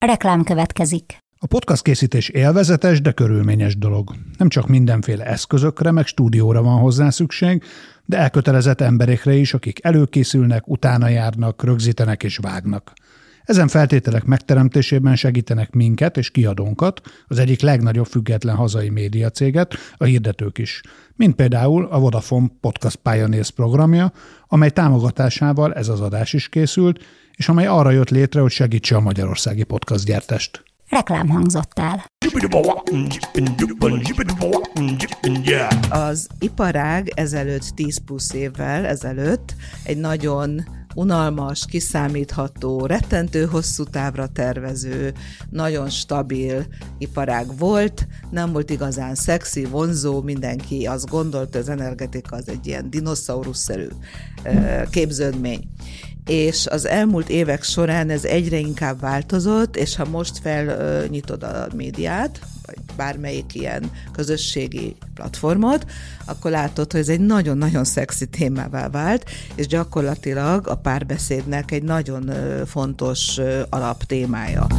Reklám következik. A podcast készítés élvezetes, de körülményes dolog. Nem csak mindenféle eszközökre, meg stúdióra van hozzá szükség, de elkötelezett emberekre is, akik előkészülnek, utána járnak, rögzítenek és vágnak. Ezen feltételek megteremtésében segítenek minket és kiadónkat, az egyik legnagyobb független hazai médiacéget, a hirdetők is. Mint például a Vodafone Podcast Pioneers programja, amely támogatásával ez az adás is készült, és amely arra jött létre, hogy segítse a magyarországi podcastgyártást. Reklám hangzott el. Az iparág ezelőtt 10 plusz évvel ezelőtt egy nagyon unalmas, kiszámítható, rettentő hosszú távra tervező, nagyon stabil iparág volt, nem volt igazán szexi, vonzó, mindenki azt gondolta, az energetika az egy ilyen dinoszauruszszerű képződmény. És az elmúlt évek során ez egyre inkább változott, és ha most felnyitod a médiát, vagy bármelyik ilyen közösségi platformot, akkor látod, hogy ez egy nagyon-nagyon szexi témává vált, és gyakorlatilag a párbeszédnek egy nagyon fontos alaptémája.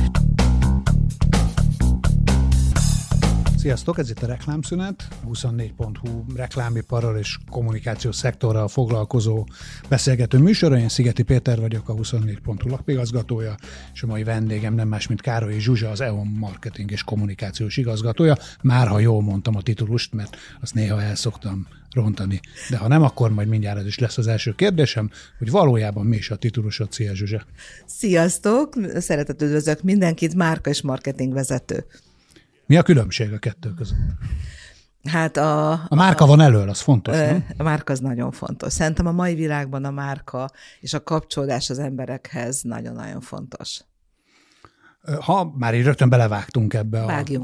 Sziasztok, ez itt a Reklámszünet, 24.hu reklámiparral és kommunikációs szektorral foglalkozó beszélgető műsora. Én Szigeti Péter vagyok, a 24.hu lapigazgatója, és a mai vendégem nem más, mint Károlyi Zsuzsa, az EON marketing és kommunikációs igazgatója. Már ha jól mondtam a titulust, mert azt néha el szoktam rontani. De ha nem, akkor majd mindjárt ez is lesz az első kérdésem, hogy valójában mi is a titulusod. Szia, Zsuzsa! Sziasztok! Szeretettel üdvözlök mindenkit, márka és marketing vezető. Mi a különbség a kettő között? Hát a márka van elől, az fontos, nem? A márka az nagyon fontos. Szerintem a mai világban a márka és a kapcsolódás az emberekhez nagyon-nagyon fontos. Ha már így rögtön belevágtunk ebbe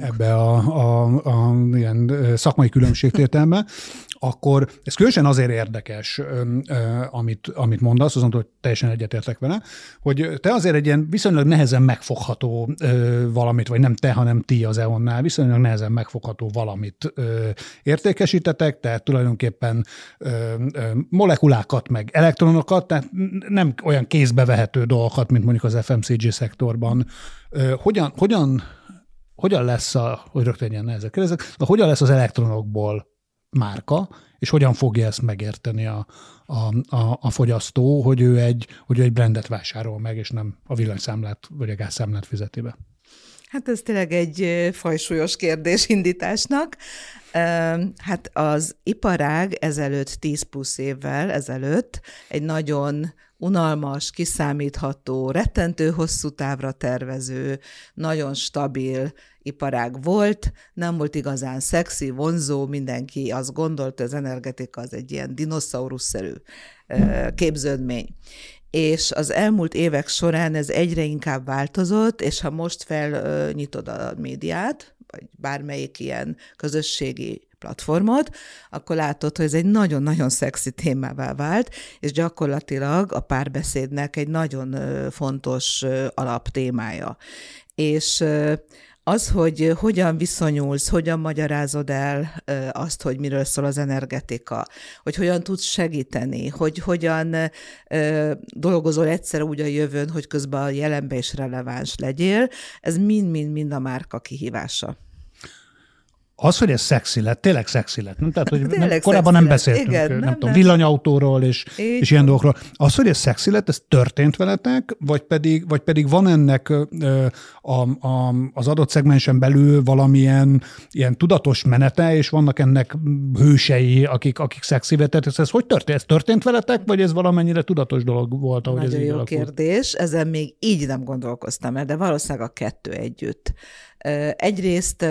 a ilyen szakmai különbségtételbe, akkor ez különösen azért érdekes, amit mondasz, azon, hogy teljesen egyetértek vele, hogy te azért egy ilyen viszonylag nehezen megfogható valamit, vagy nem te, hanem ti az EON-nál, viszonylag nehezen megfogható valamit értékesítetek, tehát tulajdonképpen molekulákat, meg elektronokat, tehát nem olyan kézbe vehető dolgokat, mint mondjuk az FMCG szektorban. Hogyan lesz hogy rögtön ilyen nehezek kérdezek, de hogyan lesz az elektronokból márka, és hogyan fogja ezt megérteni a fogyasztó, hogy ő egy brandet vásárol meg, és nem a villanyszámlát vagy a gázszámlát fizeti be? Hát ez tényleg egy fajsúlyos kérdés indításnak. Hát az iparág ezelőtt 10 plusz évvel ezelőtt egy nagyon unalmas, kiszámítható, rettentő hosszú távra tervező, nagyon stabil iparág volt, nem volt igazán szexi, vonzó, mindenki azt gondolta, az energetika az egy ilyen dinoszauruszszerű képződmény. És az elmúlt évek során ez egyre inkább változott, és ha most felnyitod a médiát, vagy bármelyik ilyen közösségi platformot, akkor látod, hogy ez egy nagyon-nagyon szexi témává vált, és gyakorlatilag a párbeszédnek egy nagyon fontos alaptémája. És az, hogy hogyan viszonyulsz, hogyan magyarázod el azt, hogy miről szól az energetika, hogy hogyan tudsz segíteni, hogy hogyan dolgozol egyszer úgy a jövőn, hogy közben a jelenben is releváns legyél, ez mind-mind a kihívása. Az, hogy ez szexi lett, tényleg szexi lett. Nem? Tehát, hogy szexi korábban nem beszéltünk, igen, nem tudom, villanyautóról és ilyen dolgokról. Az, hogy ez szexi lett, ez történt veletek, vagy pedig van ennek az adott szegmensen belül valamilyen ilyen tudatos menete, és vannak ennek hősei, akik szexi vettek. Ez hogy történt? Ez történt veletek, vagy ez valamennyire tudatos dolog volt, ahogy nagyon ez így jó alakult? kérdés, ezen még így nem gondolkoztam el, de valószínűleg a kettő együtt. Egyrészt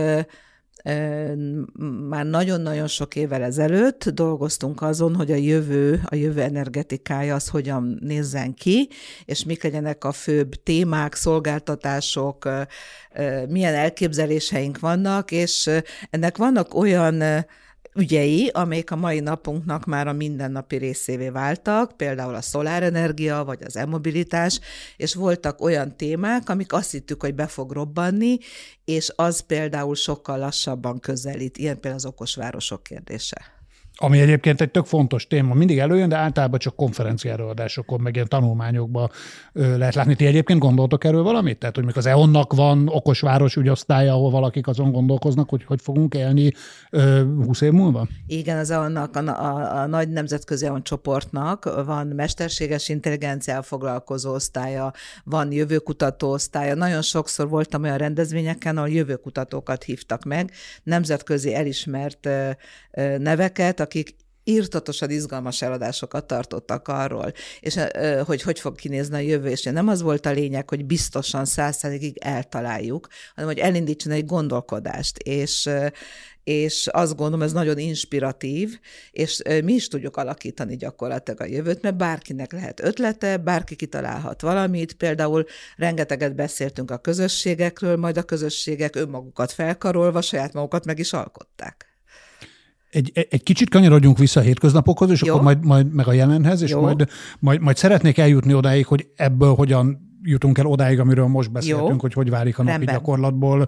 már nagyon-nagyon sok évvel ezelőtt dolgoztunk azon, hogy a jövő energetikája az hogyan nézzen ki, és mik legyenek a főbb témák, szolgáltatások, milyen elképzeléseink vannak, és ennek vannak olyan ügyei, amelyek a mai napunknak már a mindennapi részévé váltak, például a szolárenergia, vagy az e-mobilitás, és voltak olyan témák, amik azt hittük, hogy be fog robbanni, és az például sokkal lassabban közelít, ilyen például az okos városok kérdése. Ami egyébként egy tök fontos téma, mindig előjön, de általában csak konferenciaelőadásokon, meg ilyen tanulmányokban lehet látni. Ti egyébként gondoltok erről valamit? Tehát, hogy az EON-nak van okos város ügyosztálya, ahol valakik azon gondolkoznak, hogy fogunk élni 20 év múlva? Igen, az EON-nak, a nagy nemzetközi EON csoportnak van mesterséges intelligenciával foglalkozó osztálya, van jövőkutató osztálya. Nagyon sokszor voltam olyan rendezvényeken, ahol jövőkutatókat hívtak meg, nemzetközi elismert neveket, akik írtatosan izgalmas eladásokat tartottak arról, és hogy fog kinézni a jövő, és nem az volt a lényeg, hogy biztosan 100%-ig eltaláljuk, hanem hogy elindítson egy gondolkodást, és azt gondolom, ez nagyon inspiratív, és mi is tudjuk alakítani gyakorlatilag a jövőt, mert bárkinek lehet ötlete, bárki kitalálhat valamit, például rengeteget beszéltünk a közösségekről, majd a közösségek önmagukat felkarolva saját magukat meg is alkották. Egy kicsit kanyarodjunk vissza a hétköznapokhoz, és Jó. akkor majd meg a jelenhez, és majd szeretnék eljutni odáig, hogy ebből hogyan jutunk el odáig, amiről most beszéltünk, hogy válik a napi gyakorlatból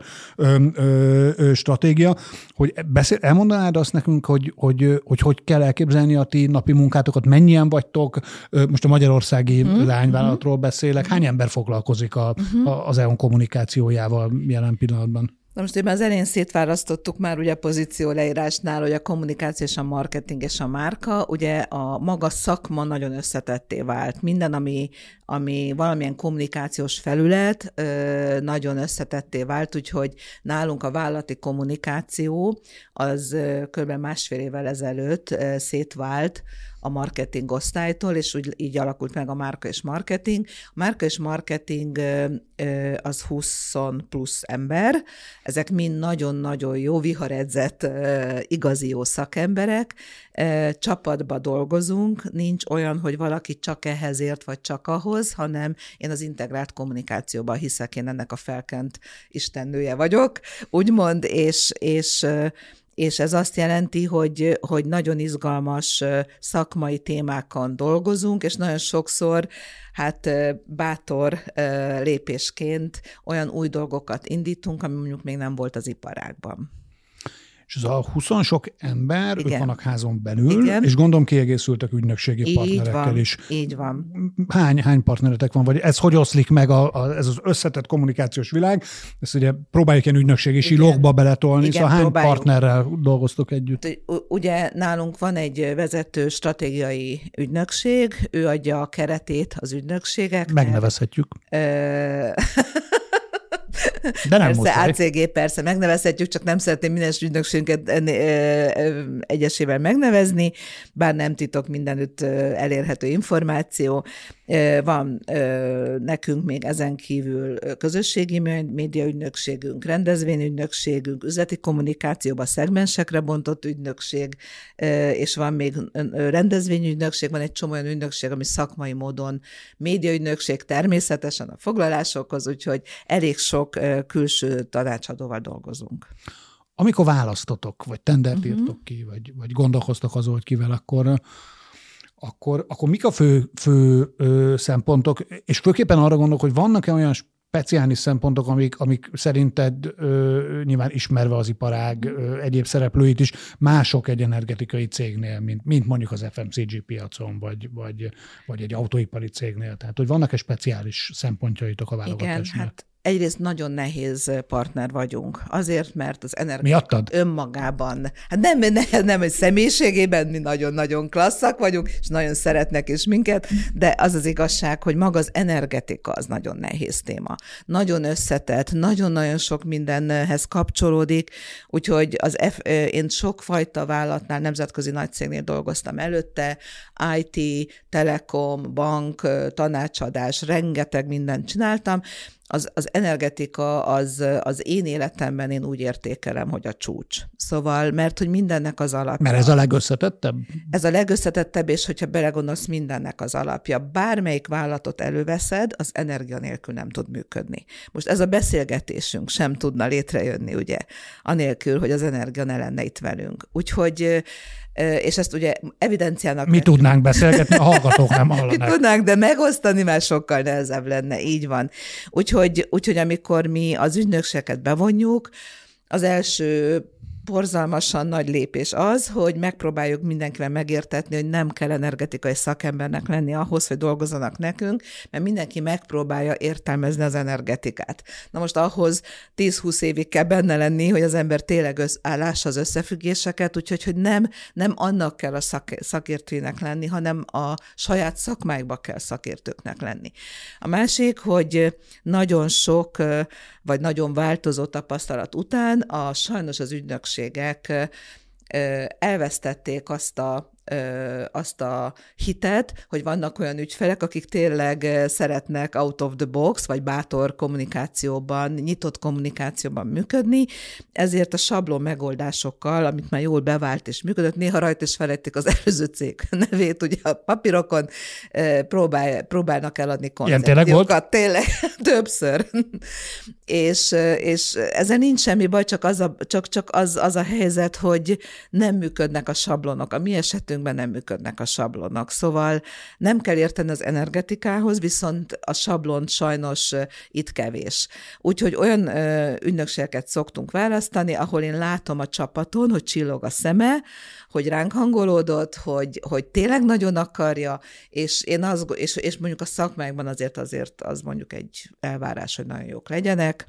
stratégia. Hogy elmondanád azt nekünk, hogy kell elképzelni a ti napi munkátokat, mennyien vagytok, most a magyarországi lányvállalatról beszélek, hány ember foglalkozik az EON kommunikációjával jelen pillanatban? Na most az elején szétválasztottuk már ugye a pozíció leírásnál, hogy a kommunikáció és a marketing és a márka, ugye a maga szakma nagyon összetetté vált. Minden, ami valamilyen kommunikációs felület, nagyon összetetté vált, úgyhogy nálunk a vállalati kommunikáció az kb. 1,5 évvel ezelőtt szétvált a marketing osztálytól, és így alakult meg a márka és marketing. A márka és marketing az 20 plusz ember, ezek mind nagyon-nagyon jó, viharedzett, igazi jó szakemberek, csapatba dolgozunk, nincs olyan, hogy valaki csak ehhez ért, vagy csak ahhoz, hanem én az integrált kommunikációban hiszek, én ennek a felkent istennője vagyok, úgymond, és ez azt jelenti, hogy nagyon izgalmas szakmai témákon dolgozunk, és nagyon sokszor bátor lépésként olyan új dolgokat indítunk, ami mondjuk még nem volt az iparágban. És ez a 20 sok ember, ők vannak házon belül, és gondolom kiegészültek ügynökségi partnerekkel is. Így van. Hány partneretek van, vagy ez hogy oszlik meg ez az összetett kommunikációs világ? Ezt ugye próbáljuk ilyen ügynökségi silókba beletolni, szóval hány partnerrel dolgoztok együtt? Ugye nálunk van egy vezető stratégiai ügynökség, ő adja a keretét az ügynökségeknek. Megnevezhetjük. De nem persze, ACG, persze, megnevezhetjük, csak nem szeretném minden ügynökségünket egyesével megnevezni, bár nem titok mindenütt elérhető információ. Van nekünk még ezen kívül közösségi médiaügynökségünk, rendezvényügynökségünk, üzleti kommunikációban szegmensekre bontott ügynökség, és van még rendezvényügynökség, van egy csomó olyan ügynökség, ami szakmai módon médiaügynökség, természetesen a foglalásokhoz, úgyhogy elég sok külső tanácsadóval dolgozunk. Amikor választotok, vagy tendert írtok ki, vagy gondolkoztok azon, hogy kivel, akkor mik a fő szempontok, és főképpen arra gondolok, hogy vannak-e olyan speciális szempontok, amik szerinted nyilván ismerve az iparág egyéb szereplőit is, mások egy energetikai cégnél, mint mondjuk az FMCG piacon, vagy egy autóipari cégnél. Tehát, hogy vannak-e speciális szempontjaitok a válogatásnál? Igen, egyrészt nagyon nehéz partner vagyunk. Azért, mert az energia Miattad? Önmagában, nem, hogy személyiségében mi nagyon-nagyon klasszak vagyunk, és nagyon szeretnek is minket, de az az igazság, hogy maga az energetika az nagyon nehéz téma. Nagyon összetett, nagyon-nagyon sok mindenhez kapcsolódik, úgyhogy én sokfajta vállalatnál, nemzetközi nagycégnél dolgoztam előtte, IT, telekom, bank, tanácsadás, rengeteg mindent csináltam. Az energetika az én életemben én úgy értékelem, hogy a csúcs. Szóval, mert hogy mindennek az alapja. Mert ez a legösszetettebb? Ez a legösszetettebb, és hogyha belegondolsz, mindennek az alapja. Bármelyik vállalatot előveszed, az energia nélkül nem tud működni. Most ez a beszélgetésünk sem tudna létrejönni, ugye, anélkül, hogy az energia ne lenne itt velünk. Úgyhogy és ezt ugye evidenciának... Mi tudnánk beszélgetni, a hallgatók nem hallanák. Mi tudnánk, de megosztani már sokkal nehezebb lenne, így van. Úgyhogy amikor mi az ügynökségeket bevonjuk, az első borzalmasan nagy lépés az, hogy megpróbáljuk mindenkivel megértetni, hogy nem kell energetikai szakembernek lenni ahhoz, hogy dolgozzanak nekünk, mert mindenki megpróbálja értelmezni az energetikát. Na most ahhoz 10-20 évig kell benne lenni, hogy az ember tényleg lássa az összefüggéseket, úgyhogy hogy nem annak kell a szakértőnek lenni, hanem a saját szakmáikba kell szakértőknek lenni. A másik, hogy nagyon sok, vagy nagyon változó tapasztalat után sajnos az ügynökségek elvesztették azt a hitet, hogy vannak olyan ügyfelek, akik tényleg szeretnek out of the box, vagy bátor kommunikációban, nyitott kommunikációban működni, ezért a sablon megoldásokkal, amit már jól bevált és működött, néha rajta is felejtik az előző cég nevét, ugye a papírokon próbálnak eladni koncepciókat. Tényleg többször. és ezzel nincs semmi baj, csak az a helyzet, hogy nem működnek a sablonok. A mi esetünkben nem működnek a sablonok. Szóval nem kell érteni az energetikához, viszont a sablon sajnos itt kevés. Úgyhogy olyan ügynökségeket szoktunk választani, ahol én látom a csapaton, hogy csillog a szeme, hogy ránk hangolódott, hogy tényleg nagyon akarja, és mondjuk a szakmákban azért az mondjuk egy elvárás, hogy nagyon jók legyenek.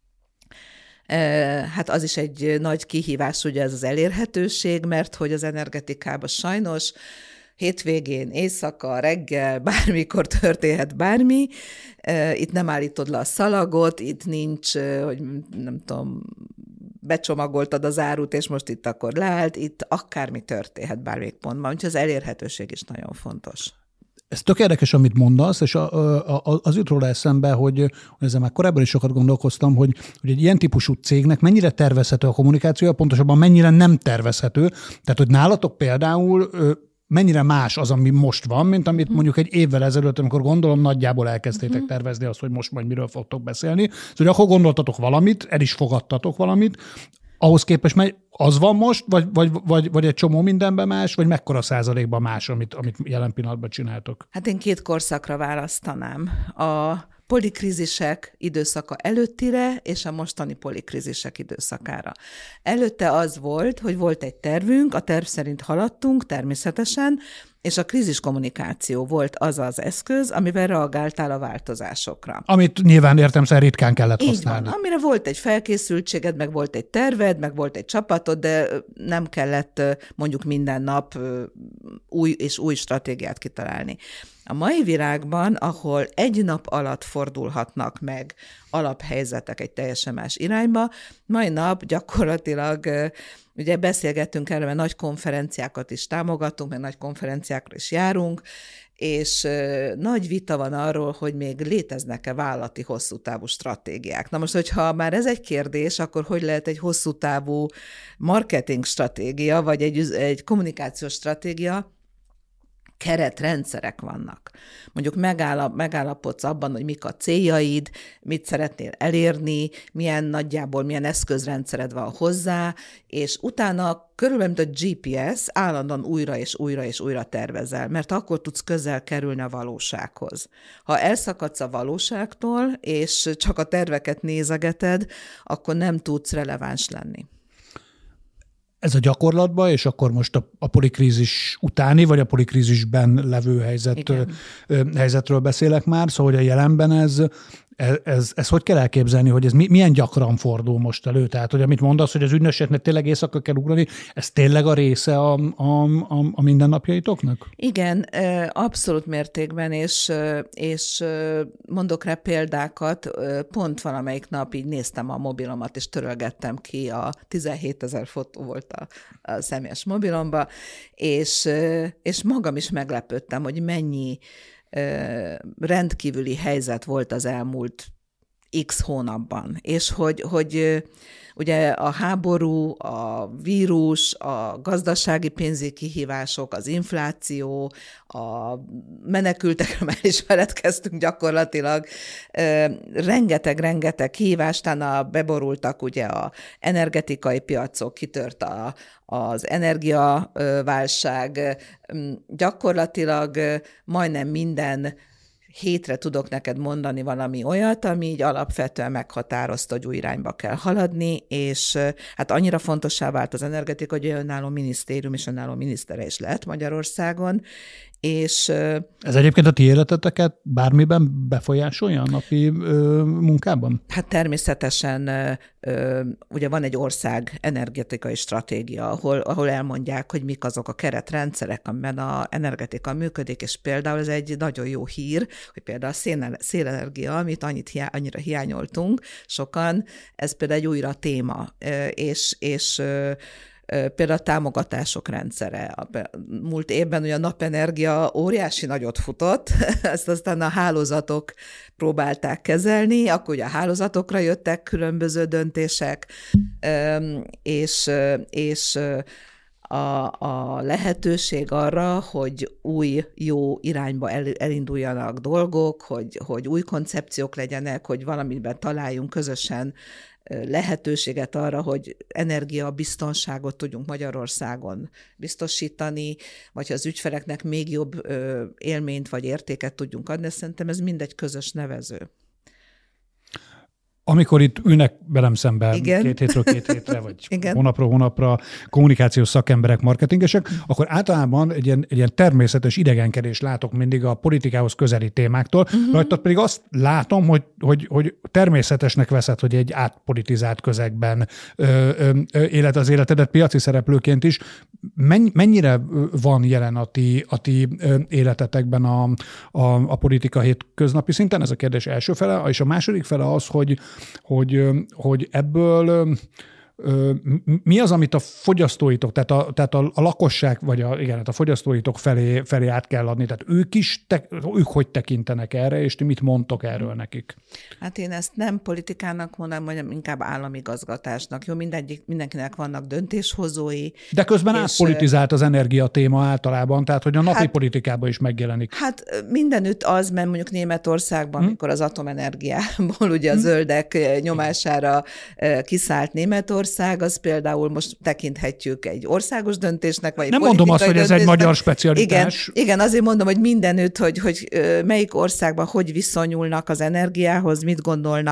Hát az is egy nagy kihívás, ugye ez az elérhetőség, mert hogy az energetikában sajnos hétvégén, éjszaka, reggel, bármikor történhet bármi, itt nem állítod le a szalagot, itt nincs, hogy nem tudom, becsomagoltad az árut, és most itt akkor leállt, itt akármi történhet bármelyik pontban, úgyhogy az elérhetőség is nagyon fontos. Ez tök érdekes, amit mondasz, és az jut róla eszembe, hogy ezzel már korábban is sokat gondolkoztam, hogy egy ilyen típusú cégnek mennyire tervezhető a kommunikációja, pontosabban mennyire nem tervezhető. Tehát, hogy nálatok például mennyire más az, ami most van, mint amit mondjuk egy évvel ezelőtt, amikor gondolom nagyjából elkezdtétek tervezni azt, hogy most majd miről fogtok beszélni. Szóval akkor gondoltatok valamit, el is fogadtatok valamit, ahhoz képest az van most, vagy egy csomó mindenben más, vagy mekkora százalékban más, amit jelen pillanatban csináltok? Hát én 2 korszakra választanám. A polikrízisek időszaka előttire, és a mostani polikrízisek időszakára. Előtte az volt, hogy volt egy tervünk, a terv szerint haladtunk természetesen, és a kríziskommunikáció volt az az eszköz, amivel reagáltál a változásokra. Amit nyilván értelemszerűen ritkán kellett használni. Így van, amire volt egy felkészültséged, meg volt egy terved, meg volt egy csapatod, de nem kellett mondjuk minden nap új stratégiát kitalálni. A mai világban, ahol egy nap alatt fordulhatnak meg alaphelyzetek egy teljesen más irányba, mai nap gyakorlatilag, ugye beszélgettünk erről, mert nagy konferenciákat is támogatunk, meg nagy konferenciákra is járunk, és nagy vita van arról, hogy még léteznek-e vállalati hosszú távú stratégiák. Na most, hogyha már ez egy kérdés, akkor hogy lehet egy hosszú távú marketing stratégia, vagy egy kommunikációs stratégia? Keretrendszerek vannak. Mondjuk megállapodsz abban, hogy mik a céljaid, mit szeretnél elérni, milyen eszközrendszered van hozzá, és utána körülbelül, mint a GPS, állandóan újra és újra és újra tervezel, mert akkor tudsz közel kerülni a valósághoz. Ha elszakadsz a valóságtól, és csak a terveket nézegeted, akkor nem tudsz releváns lenni. Ez a gyakorlatban, és akkor most a polikrízis utáni, vagy a polikrízisben levő helyzetről beszélek már, szóval hogy a jelenben ez hogy kell elképzelni, hogy ez milyen gyakran fordul most elő? Tehát, hogy amit mondasz, hogy az ügynökségnek tényleg éjszaka kell ugrani, ez tényleg a része a mindennapjaitoknak? Igen, abszolút mértékben, és mondok rá példákat, pont valamelyik nap így néztem a mobilomat, és törölgettem ki, 17 000 fotó volt a személyes mobilomba, és magam is meglepődtem, hogy mennyi rendkívüli helyzet volt az elmúlt X hónapban, és hogy ugye a háború, a vírus, a gazdasági pénzügyi kihívások, az infláció, a menekültekről már is feledkeztünk gyakorlatilag, rengeteg kihívás, utána beborultak ugye a energetikai piacok, kitört az energiaválság, gyakorlatilag majdnem minden hétre tudok neked mondani valami olyat, ami így alapvetően meghatározta, hogy új irányba kell haladni, és hát annyira fontossá vált az energetika, hogy önálló minisztérium és önálló minisztere is lehet Magyarországon, és... Ez egyébként a ti életeteket bármiben befolyásolja a napi munkában? Hát természetesen ugye van egy ország energetikai stratégia, ahol elmondják, hogy mik azok a keretrendszerek, amiben az energetika működik, és például ez egy nagyon jó hír, hogy például a szélenergia, amit annyira hiányoltunk sokan, ez például egy újra téma, és például a támogatások rendszere. Múlt évben ugye a napenergia óriási nagyot futott, ezt aztán a hálózatok próbálták kezelni, akkor ugye a hálózatokra jöttek különböző döntések, és a lehetőség arra, hogy új, jó irányba elinduljanak dolgok, hogy új koncepciók legyenek, hogy valamiben találjunk közösen lehetőséget arra, hogy energiabiztonságot tudjunk Magyarországon biztosítani, vagy az ügyfeleknek még jobb élményt vagy értéket tudjunk adni, szerintem ez mind egy közös nevező. Amikor itt ülnek velem szemben Igen. 2 hétről 2 hétre, vagy Igen. hónapról hónapra kommunikációs szakemberek, marketingesek, akkor általában egy ilyen természetes idegenkedést látok mindig a politikához közeli témáktól. Rajtad pedig azt látom, hogy természetesnek veszed, hogy egy átpolitizált közegben élet az életedet piaci szereplőként is. Mennyire van jelen a ti életetekben a politika hétköznapi szinten? Ez a kérdés első fele, és a második fele az, hogy ebből mi az, amit a fogyasztóitok, tehát a lakosság, vagy a fogyasztóitok felé át kell adni? Tehát ők hogy tekintenek erre, és ti mit mondtok erről nekik? Hát én ezt nem politikának mondanám, hanem inkább államigazgatásnak. Jó, mindenkinek vannak döntéshozói. De közben átpolitizált az energia téma általában, tehát hogy a napi politikában is megjelenik. Hát mindenütt az, mert mondjuk Németországban, amikor az atomenergiából ugye a zöldek nyomására kiszállt Németország, az például most tekinthetjük egy országos döntésnek, vagy nem mondom azt, hogy ez egy magyar specialitás. Igen, azért mondom, hogy mindenütt, hogy melyik országban hogy viszonyulnak az energiához, mit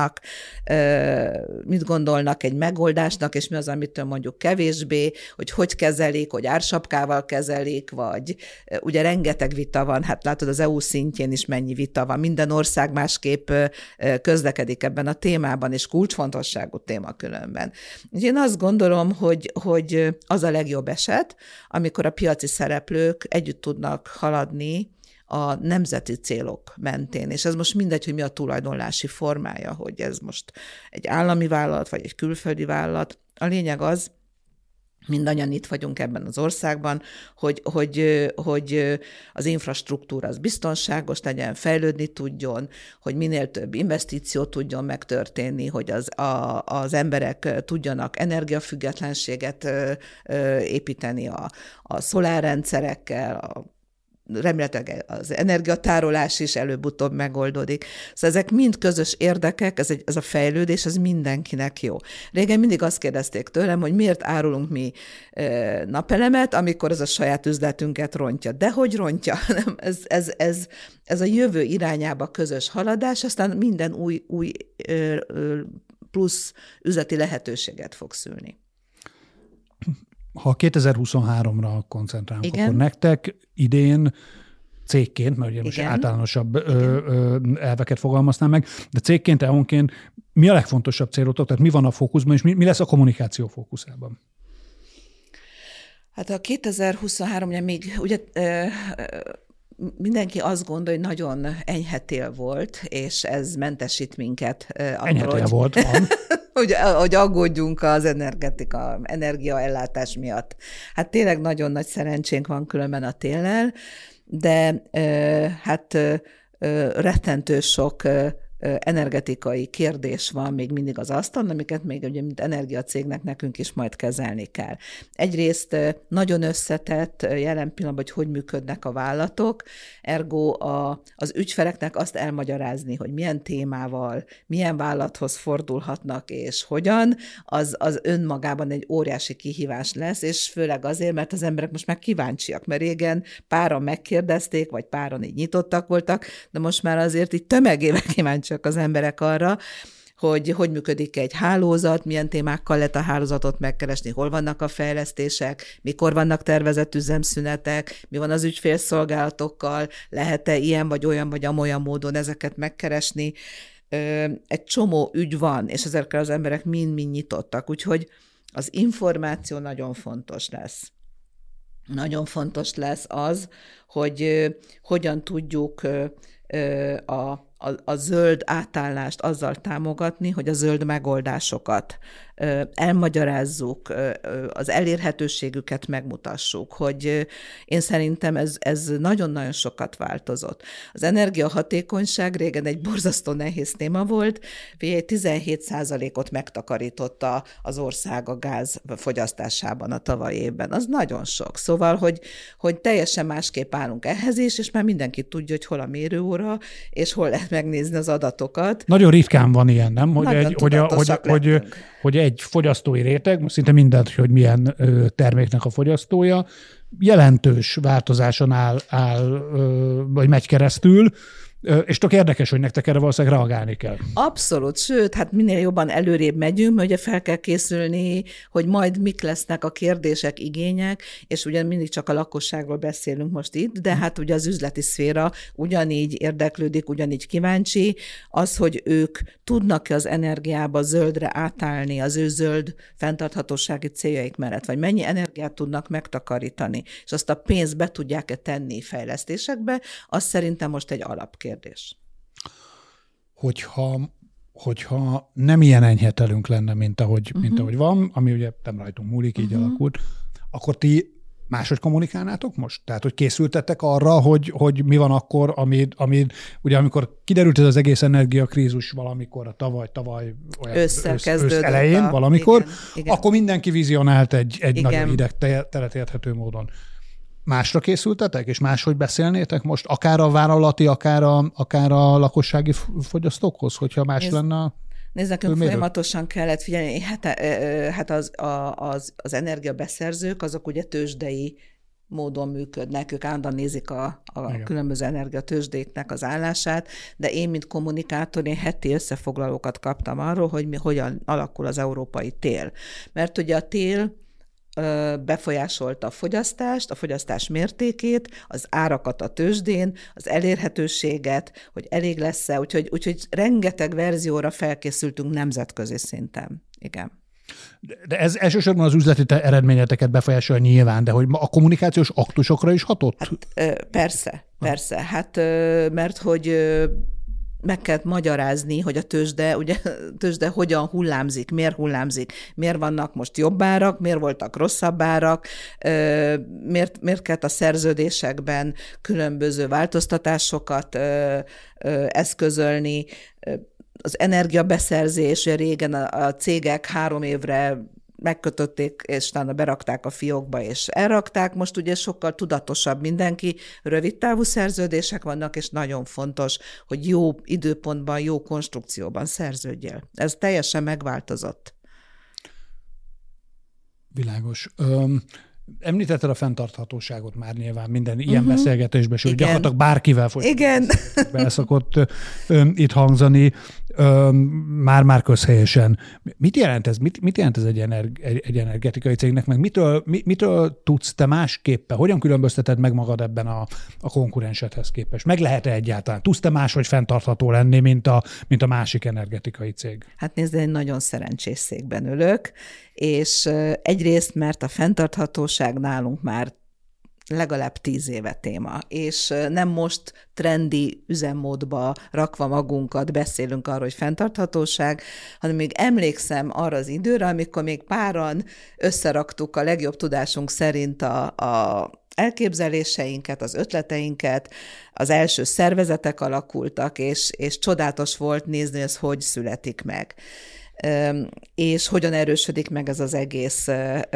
gondolnak egy megoldásnak, és mi az, amitől mondjuk kevésbé, hogy kezelik, hogy ársapkával kezelik, vagy ugye rengeteg vita van, hát látod az EU szintjén is mennyi vita van, minden ország másképp közlekedik ebben a témában, és kulcsfontosságú téma különben. Én azt gondolom, hogy az a legjobb eset, amikor a piaci szereplők együtt tudnak haladni a nemzeti célok mentén. És ez most mindegy, hogy mi a tulajdonlási formája, hogy ez most egy állami vállalat, vagy egy külföldi vállalat. A lényeg az, mindannyian itt vagyunk ebben az országban, hogy az infrastruktúra az biztonságos legyen, fejlődni tudjon, hogy minél több investíció tudjon megtörténni, hogy az emberek tudjanak energiafüggetlenséget építeni a szolárrendszerekkel, remélhetőleg az energiatárolás is előbb-utóbb megoldódik. Szóval ezek mind közös érdekek, ez a fejlődés, ez mindenkinek jó. Régen mindig azt kérdezték tőlem, hogy miért árulunk mi napelemet, amikor ez a saját üzletünket rontja. De hogy rontja? Ez a jövő irányába közös haladás, aztán minden új plusz üzleti lehetőséget fog szülni. Ha 2023-ra koncentrálunk, akkor nektek idén cégként, mert ugye most általánosabb elveket fogalmaznám meg, de cégként, EON-ként mi a legfontosabb célotok, tehát mi van a fókuszban, és mi lesz a kommunikáció fókuszában? Hát a 2023, ugye mindenki azt gondolja, hogy nagyon enyhe tél volt, és ez mentesít minket. Enyhe tél volt, van. hogy aggódjunk az energiaellátás miatt. Hát tényleg nagyon nagy szerencsénk van különben a téllel, de rettentő sok energetikai kérdés van még mindig az asztalon, amiket még ugye, mint energiacégnek nekünk is majd kezelni kell. Egyrészt nagyon összetett jelen pillanatban, hogy működnek a vállalatok, ergo az ügyfeleknek azt elmagyarázni, hogy milyen témával, milyen vállalathoz fordulhatnak és hogyan, az önmagában egy óriási kihívás lesz, és főleg azért, mert az emberek most már kíváncsiak, mert régen páran megkérdezték, vagy páran így nyitottak voltak, de most már azért így tömegével kíváncsiak az emberek arra, hogy működik egy hálózat, milyen témákkal lehet a hálózatot megkeresni, hol vannak a fejlesztések, mikor vannak tervezett üzemszünetek, mi van az ügyfélszolgálatokkal, lehet-e ilyen vagy olyan vagy amolyan módon ezeket megkeresni. Egy csomó ügy van, és ezekkel az emberek mind-mind nyitottak, úgyhogy az információ nagyon fontos lesz. Nagyon fontos lesz az, hogy hogyan tudjuk a zöld átállást azzal támogatni, hogy a zöld megoldásokat elmagyarázzuk, az elérhetőségüket megmutassuk, hogy én szerintem ez nagyon-nagyon sokat változott. Az energiahatékonyság régen egy borzasztó nehéz téma volt, 17%-ot megtakarította az ország a gáz fogyasztásában a tavalyi évben. Az nagyon sok. Szóval, hogy teljesen másképp állunk ehhez is, és már mindenki tudja, hogy hol a mérőóra, és hol lehet megnézni az adatokat. Nagyon ritkán van ilyen, nem? Hogy egy fogyasztói réteg, most szinte mindent, hogy milyen terméknek a fogyasztója, jelentős változáson áll vagy megy keresztül, és tök érdekes, hogy nektek erre valószínűleg reagálni kell. Abszolút, sőt, hát minél jobban előrébb megyünk, mert ugye fel kell készülni, hogy majd mik lesznek a kérdések, igények, és ugye mindig csak a lakosságról beszélünk most itt, de hát ugye az üzleti szféra ugyanígy érdeklődik, ugyanígy kíváncsi, az, hogy ők tudnak-e az energiába zöldre átállni az ő zöld fenntarthatósági céljaik mellett, vagy mennyi energiát tudnak megtakarítani, és azt a pénzt be tudják-e tenni fejlesztésekbe, az szerintem most egy alapkérdés. Hogyha nem ilyen enyhetelünk lenne, mint ahogy van, ami ugye nem rajtunk múlik, így alakult, akkor ti máshogy kommunikálnátok most? Tehát, hogy készültettek arra, hogy mi van akkor, amit ugye amikor kiderült ez az egész energiakrízus valamikor a tavaly ősz elején valamikor, igen. Akkor mindenki vizionált egy nagyon telet érthető módon. Másra készültetek, és máshogy beszélnétek most, akár a vállalati, akár a lakossági fogyasztókhoz, hogyha más lenne? Nézd, nekünk folyamatosan kellett figyelni, hát az energiabeszerzők, azok ugye tőzsdei módon működnek, ők állandóan nézik a különböző energiatőzsdéknek az állását, de én, mint kommunikátor, én heti összefoglalókat kaptam arról, hogy hogyan alakul az európai tél. Mert ugye a tél befolyásolta a fogyasztást, a fogyasztás mértékét, az árakat a tőzsdén, az elérhetőséget, hogy elég lesz-e, úgyhogy rengeteg verzióra felkészültünk nemzetközi szinten. Igen. De ez elsősorban az üzleti eredményeteket befolyásolja nyilván, de hogy a kommunikációs aktusokra is hatott? Hát, persze. Hát, mert hogy meg kellett magyarázni, hogy a tőzsde hogyan hullámzik, miért vannak most jobb árak, miért voltak rosszabb árak, miért kellett a szerződésekben különböző változtatásokat eszközölni. Az energiabeszerzés, régen a cégek 3 évre megkötötték, és utána berakták a fiókba, és elrakták. Most ugye sokkal tudatosabb mindenki, rövidtávú szerződések vannak, és nagyon fontos, hogy jó időpontban, jó konstrukcióban szerződjél. Ez teljesen megváltozott. Világos. Említetted a fenntarthatóságot már nyilván minden ilyen beszélgetésben, sőt gyakorlatilag bárkivel el szokott itt hangzani, már közhelyesen. Mit jelent ez? Mit jelent ez egy energetikai cégnek? Meg mitől tudsz te másképpen? Hogyan különbözteted meg magad ebben a konkurensedhez képest? Meg lehet-e egyáltalán? Tudsz te máshogy fenntartható lenni, mint a másik energetikai cég? Hát nézd, én nagyon szerencsés székben ülök, és egyrészt, mert a fenntarthatóság nálunk már legalább 10 éve téma, és nem most trendi üzemmódba rakva magunkat beszélünk arról, hogy fenntarthatóság, hanem még emlékszem arra az időre, amikor még páran összeraktuk a legjobb tudásunk szerint a elképzeléseinket, az ötleteinket, az első szervezetek alakultak, és csodálatos volt nézni, ez hogy születik meg. És hogyan erősödik meg ez az egész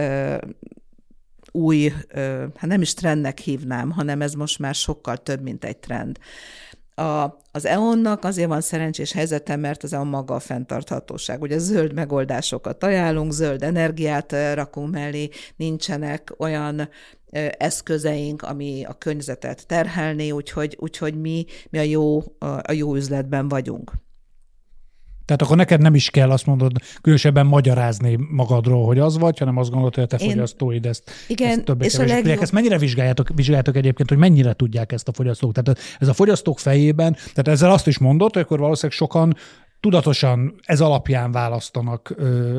új, hát nem is trendnek hívnám, hanem ez most már sokkal több, mint egy trend. Az EON-nak azért van szerencsés helyzete, mert az EON maga a fenntarthatóság. Ugye zöld megoldásokat ajánlunk, zöld energiát rakunk mellé, nincsenek olyan eszközeink, ami a környezetet terhelné, úgyhogy mi a jó üzletben vagyunk. Tehát akkor neked nem is kell, azt mondod, különösebben magyarázni magadról, hogy az vagy, hanem azt gondolod, hogy a te fogyasztóid ezt többé-kevésbé tudják. Ezt mennyire vizsgáljátok egyébként, hogy mennyire tudják ezt a fogyasztók? Tehát ez a fogyasztók fejében, tehát ezzel azt is mondod, hogy akkor valószínűleg sokan tudatosan ez alapján választanak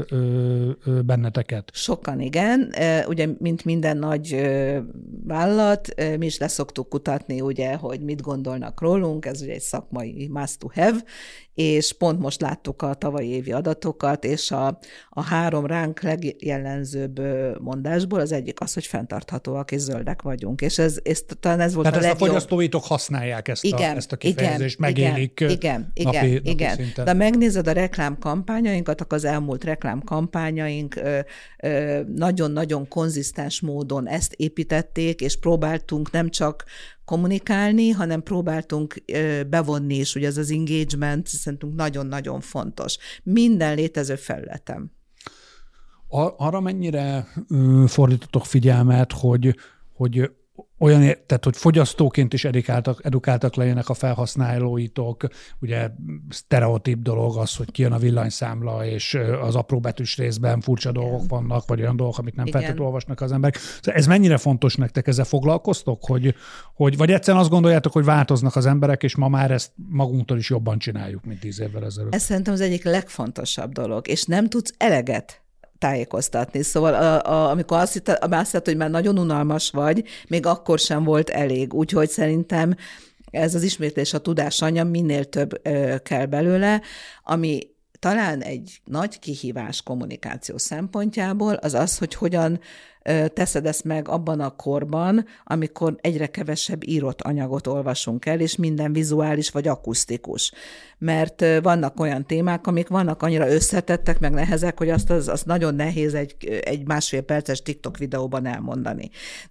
benneteket. Sokan, igen. Ugye, mint minden nagy vállalat, mi is leszoktuk kutatni, ugye, hogy mit gondolnak rólunk, ez ugye egy szakmai must to have, és pont most láttuk a tavalyi évi adatokat, és a 3 ránk legjellemzőbb mondásból az egyik az, hogy fenntarthatóak és zöldek vagyunk. És talán ez volt tehát a legjobb. Tehát ezt a fogyasztóitok használják ezt a kifejezést, megélik napi szinten. De megnézed a reklámkampányainkat, akkor az elmúlt reklámkampányaink nagyon-nagyon konzisztens módon ezt építették, és próbáltunk nem csak kommunikálni, hanem próbáltunk bevonni is, ugye ez az engagement szerintünk nagyon-nagyon fontos. Minden létező felületen. Arra mennyire fordítotok figyelmet, hogy olyan, tehát, hogy fogyasztóként is edukáltak legyenek a felhasználóitok, ugye sztereotíp dolog az, hogy kijön a villanyszámla, és az apróbetűs részben furcsa dolgok vannak, vagy olyan dolgok, amit nem feltétlenül olvasnak az emberek. Szóval ez mennyire fontos nektek, ezzel foglalkoztok? Vagy egyszerűen azt gondoljátok, hogy változnak az emberek, és ma már ezt magunktól is jobban csináljuk, mint 10 évvel ezelőtt? Ez szerintem az egyik legfontosabb dolog, és nem tudsz eleget tájékoztatni. Szóval amikor azt hitted, hogy már nagyon unalmas vagy, még akkor sem volt elég. Úgyhogy szerintem ez az ismétlés a tudás anyja, minél több kell belőle, ami talán egy nagy kihívás kommunikáció szempontjából, az, hogy hogyan teszed ezt meg abban a korban, amikor egyre kevesebb írott anyagot olvasunk el, és minden vizuális vagy akusztikus. Mert vannak olyan témák, amik vannak annyira összetettek, meg nehezek, hogy azt nagyon nehéz egy 1,5 perces TikTok videóban elmondani.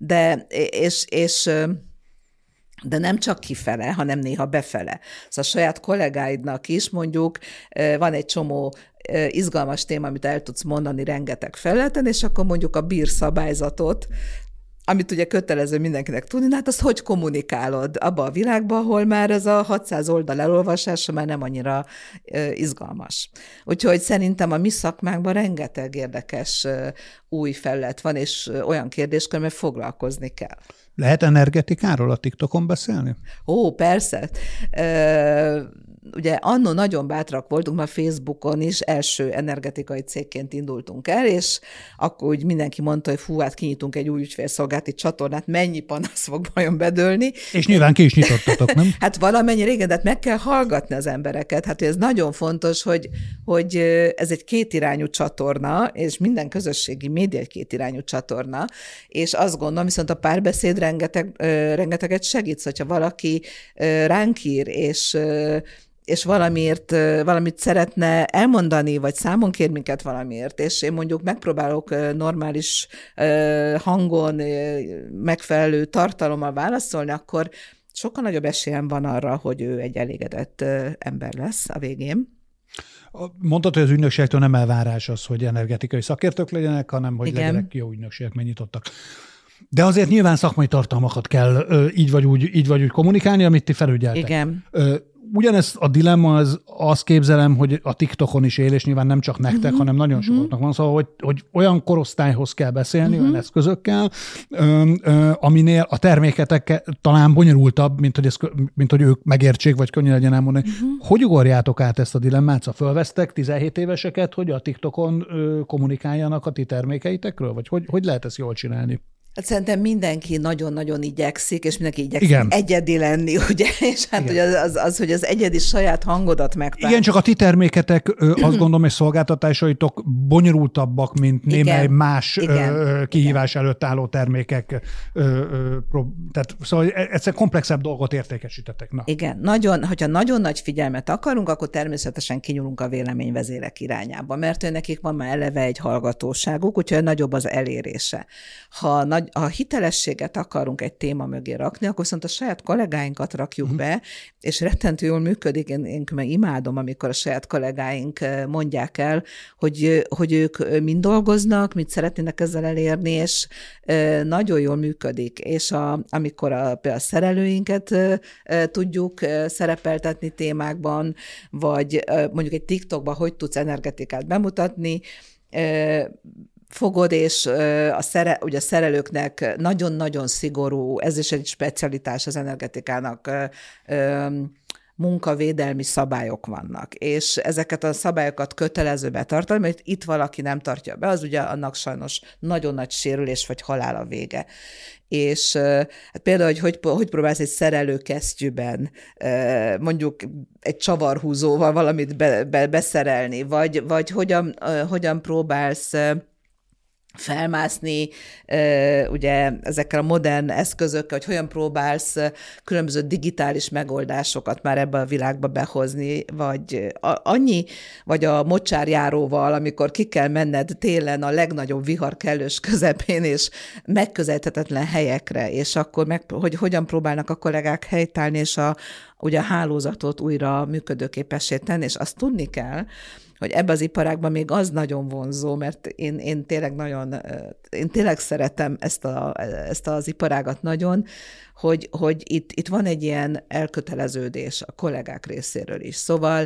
De nem csak kifele, hanem néha befele. Szóval a saját kollégáidnak is mondjuk van egy csomó izgalmas téma, amit el tudsz mondani rengeteg felületen, és akkor mondjuk a BIR szabályzatot, amit ugye kötelező mindenkinek tudni, hát azt hogy kommunikálod abba a világba, ahol már ez a 600 oldal elolvasása már nem annyira izgalmas. Úgyhogy szerintem a mi szakmánkban rengeteg érdekes új felület van, és olyan kérdéskör, mert foglalkozni kell. Lehet energetikáról a TikTokon beszélni? Ó, persze. Ugye annó nagyon bátrak voltunk, már Facebookon is első energetikai cégként indultunk el, és akkor úgy mindenki mondta, hogy fú, hát kinyitunk egy új ügyfélszolgálati csatornát, mennyi panasz fog vajon bedőlni. És nyilván ki is nyitottatok, nem? Hát valamennyi régen, de hát meg kell hallgatni az embereket. Hát ez nagyon fontos, hogy ez egy kétirányú csatorna, és minden közösségi média egy kétirányú csatorna, és azt gondolom, viszont a párbeszéd rengeteget segít, hogyha valaki ránk ír, és valamit szeretne elmondani, vagy számon kér minket valamiért, és én mondjuk megpróbálok normális hangon, megfelelő tartalommal válaszolni, akkor sokkal nagyobb esélyem van arra, hogy ő egy elégedett ember lesz a végén. Mondtad, hogy az ügynökségtől nem elvárás az, hogy energetikai szakértők legyenek, hanem hogy legyenek jó ügynökségek, megnyitottak. De azért nyilván szakmai tartalmakat kell így vagy úgy kommunikálni, amit ti felügyeltek. Igen. Ugyanez a dilemma, azt képzelem, hogy a TikTokon is él, és nyilván nem csak nektek, hanem nagyon sokaknak van, szóval, hogy olyan korosztályhoz kell beszélni, olyan eszközökkel, aminél a terméketek talán bonyolultabb, mint hogy ők megértsék, vagy könnyű legyen elmondani. Hogy ugorjátok át ezt a dilemmát? Szóval fölvesztek 17 éveseket, hogy a TikTokon kommunikáljanak a ti termékeitekről? Vagy hogy lehet ezt jól csinálni? Hát szerintem mindenki nagyon-nagyon igyekszik, és mindenki igyekszik egyedi lenni, ugye? És hát hogy hogy az egyedi saját hangodat megtalálni. Igen, csak a ti terméketek, azt gondolom, és szolgáltatásaitok bonyolultabbak, mint némely más kihívás előtt álló termékek. Tehát szóval egyszer komplexebb dolgot értékesítetek. Na. Igen, hogyha nagyon nagy figyelmet akarunk, akkor természetesen kinyúlunk a véleményvezérek irányába, mert nekik van már eleve egy hallgatóságuk, úgyhogy nagyobb az elérése. Ha hitelességet akarunk egy téma mögé rakni, akkor viszont a saját kollégáinkat rakjuk be, és rettentő jól működik. Én meg imádom, amikor a saját kollégáink mondják el, hogy ők mind dolgoznak, mit szeretnének ezzel elérni, és nagyon jól működik. És amikor például a szerelőinket tudjuk szerepeltetni témákban, vagy mondjuk egy TikTokban hogy tudsz energetikát bemutatni, fogod, és ugye a szerelőknek nagyon-nagyon szigorú, ez is egy specialitás az energetikának, munkavédelmi szabályok vannak, és ezeket a szabályokat kötelező betartani, mert itt valaki nem tartja be, az ugye annak sajnos nagyon nagy sérülés vagy halál a vége. És hát például, hogy próbálsz egy szerelőkesztyűben mondjuk egy csavarhúzóval valamit beszerelni, vagy hogyan próbálsz felmászni ugye ezekkel a modern eszközökkel, hogy hogyan próbálsz különböző digitális megoldásokat már ebbe a világba behozni, vagy a mocsárjáróval, amikor ki kell menned télen a legnagyobb vihar kellős közepén, és megközelíthetetlen helyekre, és akkor hogy hogyan próbálnak a kollégák helytállni, és ugye a hálózatot újra működőképessé tenni, és azt tudni kell, hogy ebben az iparágban még az nagyon vonzó, mert én tényleg szeretem ezt az iparágat nagyon, hogy itt van egy ilyen elköteleződés a kollégák részéről is. Szóval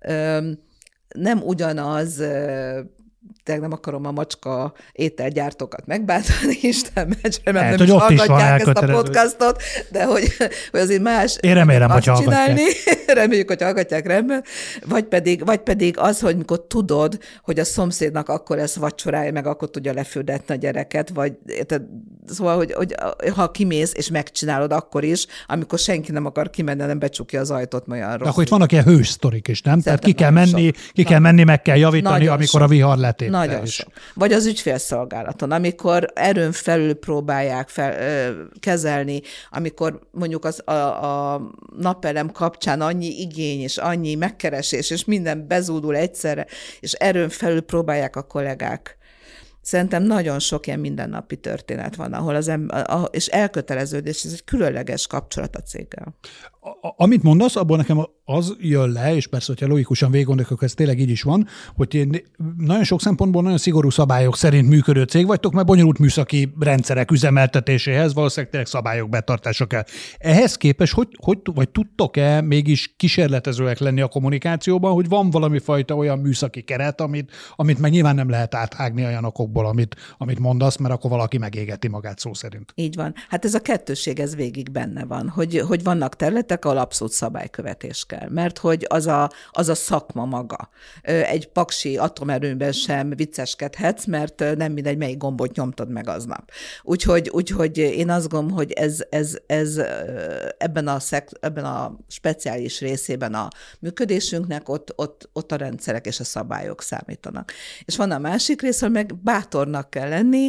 nem ugyanaz, nem akarom a macska ételgyártókat megbántani, Isten remélem nem is hallgatják ezt a podcastot, de hogy azért más. Én remélem, hogy hallgatják. Reméljük, hogy hallgatják, rendben. Vagy pedig az, hogy mikor tudod, hogy a szomszédnak akkor lesz vacsorája, meg akkor tudja lefürdetni a gyereket, szóval, hogy ha kimész és megcsinálod akkor is, amikor senki nem akar kimenni, nem becsukja az ajtót, olyan rossz. Akkor itt vannak ilyen hős sztorik is, nem? Tehát ki kell menni, meg kell javítani, nagyon amikor sok. A vihar letép. Nagyon sok. Vagy az ügyfélszolgálaton, amikor erőn felül próbálják kezelni, amikor mondjuk a napelem kapcsán annyi igény, és annyi megkeresés, és minden bezúdul egyszerre, és erőn felül próbálják a kollégák. Szerintem nagyon sok ilyen mindennapi történet van, ahol és elköteleződés, ez egy különleges kapcsolat a céggel. Amit mondasz, abból nekem az jön le, és persze, hogyha logikusan végiggondoljuk, akkor ez tényleg így is van, hogy nagyon sok szempontból nagyon szigorú szabályok szerint működő cég vagytok, mert bonyolult műszaki rendszerek üzemeltetéséhez valószínűleg tényleg szabályok betartása kell. Ehhez képest, vagy tudtok-e mégis kísérletezőek lenni a kommunikációban, hogy van valami fajta olyan műszaki keret, amit meg nyilván nem lehet áthágni olyan okokból, amit mondasz, mert akkor valaki megégeti magát szó szerint. Így van. Hát ez a kettősség, ez végig benne van, hogy vannak területek, ahol abszolút szabálykövetés kell, mert hogy az a szakma maga. Egy paksi atomerőmben sem vicceskedhetsz, mert nem mindegy, melyik gombot nyomtad meg aznap. Úgyhogy én azt gondolom, hogy ez ebben a speciális részében a működésünknek ott a rendszerek és a szabályok számítanak. És van a másik rész, hogy meg bátornak kell lenni,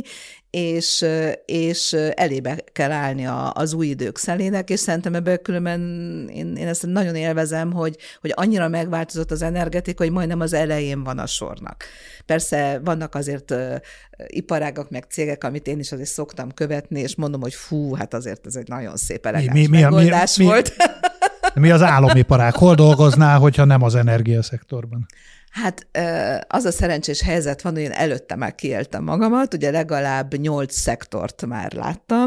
és elébe kell állni az új idők szelének, és szerintem ebben különben én ezt nagyon élvezem, hogy annyira megváltozott az energetika, hogy majdnem az elején van a sornak. Persze vannak azért iparágak meg cégek, amit én is azért szoktam követni, és mondom, hogy hát azért ez egy nagyon szép elegáns megoldás volt. Mi az álomiparág? Hol dolgoznál, hogyha nem az energiaszektorban? Hát az a szerencsés helyzet van, hogy én előtte már kiéltem magamat, ugye legalább 8 szektort már láttam,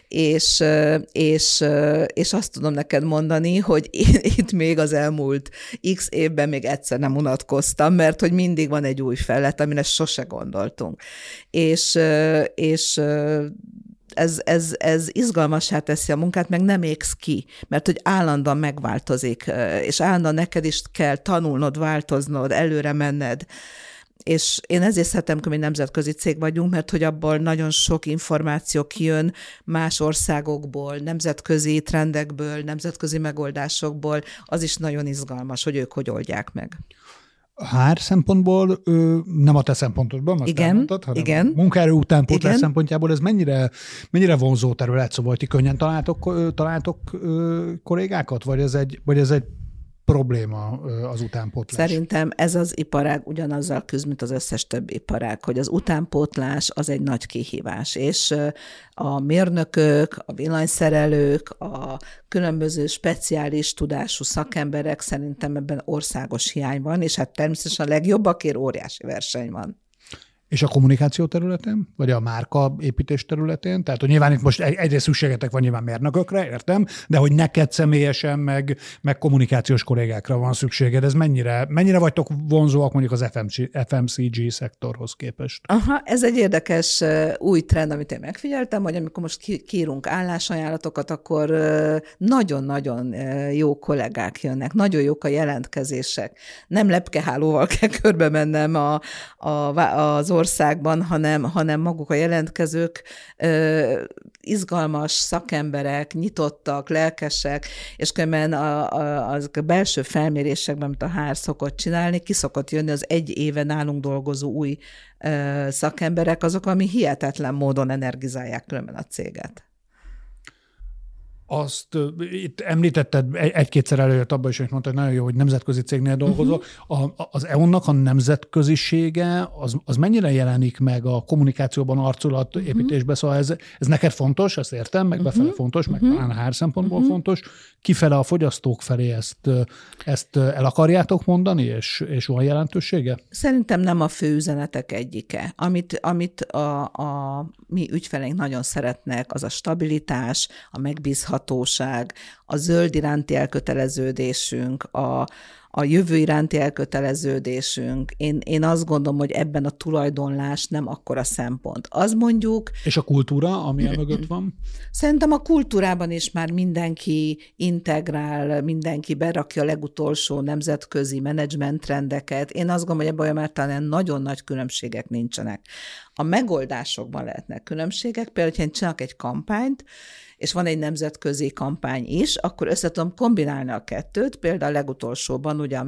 és azt tudom neked mondani, hogy én itt még az elmúlt x évben még egyszer nem unatkoztam, mert hogy mindig van egy új fellet, amire sose gondoltunk. És ez izgalmassá teszi a munkát, meg nem égsz ki, mert hogy állandóan megváltozik, és állandóan neked is kell tanulnod, változnod, előre menned. És én ezért szeretem, hogy mi nemzetközi cég vagyunk, mert hogy abból nagyon sok információ kijön más országokból, nemzetközi trendekből, nemzetközi megoldásokból, az is nagyon izgalmas, hogy ők hogy oldják meg. HR szempontból, nem a te szempontodban, azt elmondtad, hanem igen. Munkaerő utánpótlás szempontjából ez mennyire vonzó terület, szóval ti könnyen találtok kollégákat, vagy ez egy probléma az utánpótlás? Szerintem ez az iparág ugyanazzal küzd, mint az összes többi iparág, hogy az utánpótlás az egy nagy kihívás, és a mérnökök, a villanyszerelők, a különböző speciális tudású szakemberek szerintem ebben országos hiány van, és hát természetesen a legjobbakért óriási verseny van. És a kommunikáció területén, vagy a márka építés területén? Tehát, hogy nyilván itt most egyrészt szükségetek van nyilván mérnökökre, értem, de hogy neked személyesen, meg kommunikációs kollégákra van szükséged. Ez mennyire vagytok vonzóak mondjuk az FMCG szektorhoz képest? Aha, ez egy érdekes új trend, amit én megfigyeltem, hogy amikor most kiírunk állásajánlatokat, akkor nagyon-nagyon jó kollégák jönnek, nagyon jók a jelentkezések. Nem lepkehálóval kell körbe mennem az országban, hanem maguk a jelentkezők izgalmas szakemberek, nyitottak, lelkesek, és különben a belső felmérésekben, amit a HR szokott csinálni, ki szokott jönni az egy éve nálunk dolgozó új szakemberek, azok, ami hihetetlen módon energizálják különben a céget. Azt itt említetted, egy-kétszer előjött abban is, hogy mondtad, hogy nagyon jó, hogy nemzetközi cégnél dolgozol. Az EON-nak a nemzetközisége, az mennyire jelenik meg a kommunikációban, arculatépítésben? Szóval ez neked fontos, ezt értem, meg befele fontos, meg talán HR szempontból fontos. Kifele a fogyasztók felé ezt el akarjátok mondani, és van jelentősége? Szerintem nem a fő üzenetek egyike. Amit a mi ügyfeleink nagyon szeretnek, az a stabilitás, a megbízhatóság, a zöld iránti elköteleződésünk, a jövő iránti elköteleződésünk. Én azt gondolom, hogy ebben a tulajdonlás nem akkora szempont. Az mondjuk... És a kultúra, ami mögött van? Szerintem a kultúrában is már mindenki integrál, mindenki berakja a legutolsó nemzetközi menedzsment trendeket. Én azt gondolom, hogy ebben már talán nagyon nagy különbségek nincsenek. A megoldásokban lehetnek különbségek, például, ha én csinálok egy kampányt, és van egy nemzetközi kampány is, akkor össze tudom kombinálni a kettőt. Például a legutolsóban ugye a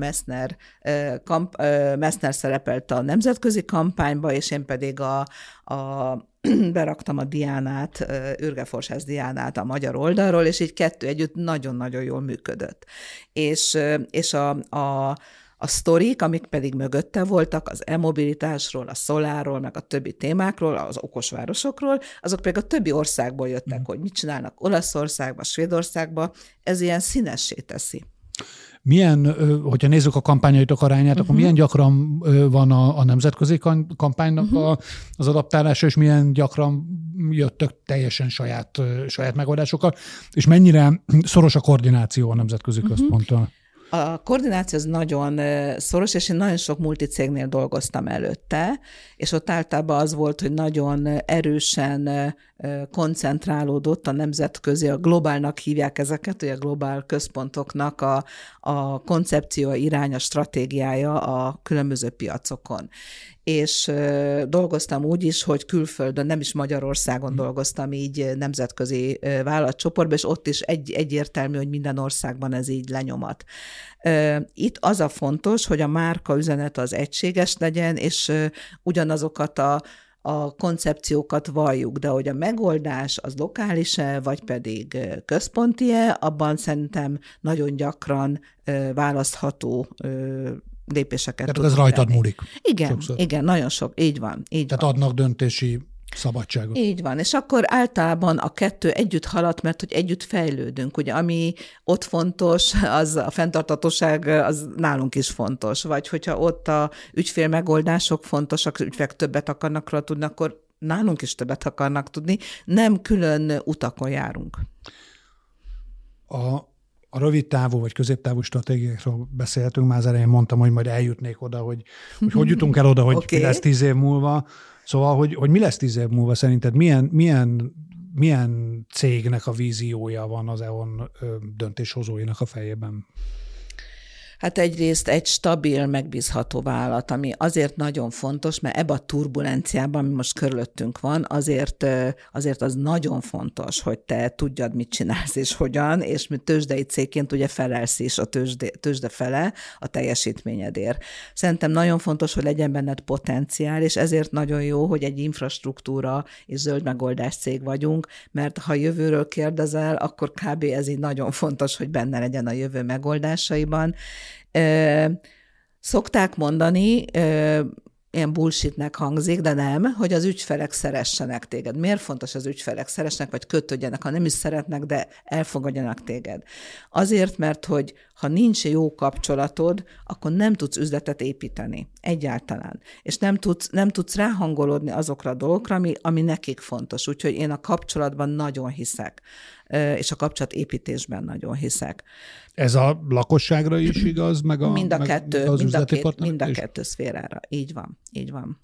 Messner szerepelt a nemzetközi kampányba, és én pedig beraktam a Diánát, Ürge Forshász Diánát a magyar oldalról, és így kettő együtt nagyon-nagyon jól működött. És a sztorik, amik pedig mögötte voltak, az e-mobilitásról, a szolárról, meg a többi témákról, az okosvárosokról, azok pedig a többi országból jöttek, hogy mit csinálnak Olaszországba, Svédországba, ez ilyen színessé teszi. Milyen, hogyha nézzük a kampányaitok arányát, akkor milyen gyakran van a nemzetközi kampánynak az adaptálása, és milyen gyakran jöttök teljesen saját megoldásokkal, és mennyire szoros a koordináció a nemzetközi központtal? A koordináció az nagyon szoros, és én nagyon sok multicégnél dolgoztam előtte, és ott általában az volt, hogy nagyon erősen koncentrálódott a nemzetközi, a globálnak hívják ezeket, hogy a globál központoknak a koncepció, iránya, stratégiája a különböző piacokon. És dolgoztam úgy is, hogy külföldön, nem is Magyarországon dolgoztam így nemzetközi vállalatcsoportban, és ott is egyértelmű, hogy minden országban ez így lenyomat. Itt az a fontos, hogy a márka üzenet az egységes legyen, és ugyanazokat a koncepciókat valljuk, de hogy a megoldás az lokális-e, vagy pedig központi-e, abban szerintem nagyon gyakran választható lépéseket tudunk. Tehát ez rajtad múlik. Igen, nagyon sok, így van. Tehát adnak döntési szabadságot. Így van, és akkor általában a kettő együtt halad, mert hogy együtt fejlődünk. Ugye ami ott fontos, az a fenntarthatóság, az nálunk is fontos. Vagy hogyha ott a ügyfél megoldások fontosak, az ügyfelek többet akarnak róla tudni, akkor nálunk is többet akarnak tudni. Nem külön utakon járunk. A rövid távú vagy középtávú stratégiákról beszéltünk, már az elején mondtam, hogy majd eljutnék oda, hogy jutunk el oda, hogy mi lesz 10 év múlva. Szóval, hogy mi lesz 10 év múlva szerinted? Milyen cégnek a víziója van az EON döntéshozóinak a fejében? Hát egyrészt egy stabil, megbízható vállalat, ami azért nagyon fontos, mert ebben a turbulenciában, ami most körülöttünk van, azért az nagyon fontos, hogy te tudjad, mit csinálsz és hogyan, és mi tőzsdei cégként ugye felelsz is a tőzsde fele a teljesítményedért. Szerintem nagyon fontos, hogy legyen benned potenciál, és ezért nagyon jó, hogy egy infrastruktúra és zöld megoldás cég vagyunk, mert ha jövőről kérdezel, akkor kb. Ez így nagyon fontos, hogy benne legyen a jövő megoldásaiban. Szokták mondani, ilyen bullshitnek hangzik, de nem, hogy az ügyfelek szeressenek téged. Miért fontos az ügyfelek szeresnek, vagy kötődjenek, ha nem is szeretnek, de elfogadjanak téged? Azért, mert hogy ha nincs jó kapcsolatod, akkor nem tudsz üzletet építeni egyáltalán. És nem tudsz ráhangolódni azokra a dolgokra, ami nekik fontos. Úgyhogy én a kapcsolatban nagyon hiszek, és a kapcsolatépítésben nagyon hiszek. Ez a lakosságra is igaz, meg az üzleti partnerek? Mind a kettő szférára. Így van, így van.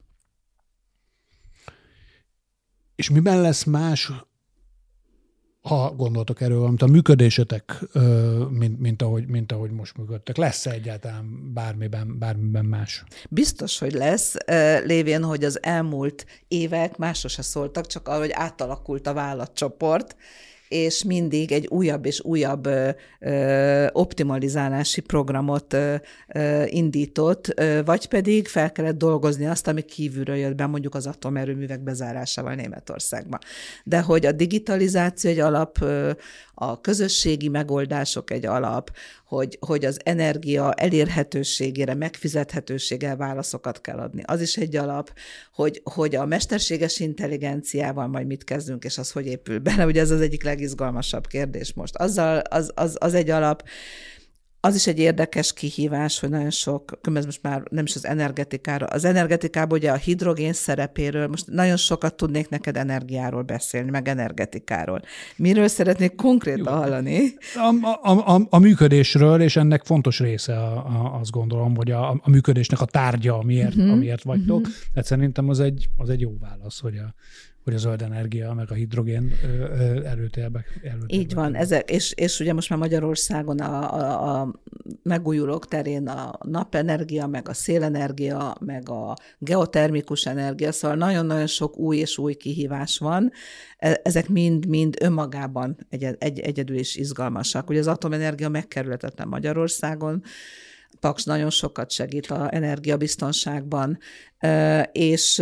És miben lesz más, ha gondoltok erről, amit a működésetek, mint ahogy most működtek? Lesz-e egyáltalán bármiben más? Biztos, hogy lesz, lévén, hogy az elmúlt évek másra se szóltak, csak arra, hogy átalakult a vállalatcsoport, és mindig egy újabb és újabb optimalizálási programot indított, vagy pedig fel kellett dolgozni azt, ami kívülről jött be, mondjuk az atomerőművek bezárásával Németországban. De hogy a digitalizáció egy alap, a közösségi megoldások egy alap, hogy az energia elérhetőségére, megfizethetőséggel válaszokat kell adni. Az is egy alap, hogy a mesterséges intelligenciával majd mit kezdünk, és az hogy épül bele. Ugye ez az egyik legizgalmasabb kérdés most. Az egy alap. Az is egy érdekes kihívás, hogy nagyon sok, ez most már nem is az energetikára, az energetikában ugye a hidrogén szerepéről, most nagyon sokat tudnék neked energiáról beszélni, meg energetikáról. Miről szeretnék konkrétan hallani? A működésről, és ennek fontos része azt gondolom, hogy a működésnek a tárgya, amiért vagytok. Tehát szerintem az egy jó válasz, hogy a zöld energia, meg a hidrogén erőtérbe. Így van, és ugye most már Magyarországon a megújulók terén a napenergia, meg a szélenergia, meg a geotermikus energia, szóval nagyon-nagyon sok új és új kihívás van. Ezek mind önmagában egyedül is izgalmasak. Ugye az atomenergia megkerülhetetlen Magyarországon, Paks nagyon sokat segít az energiabiztonságban, és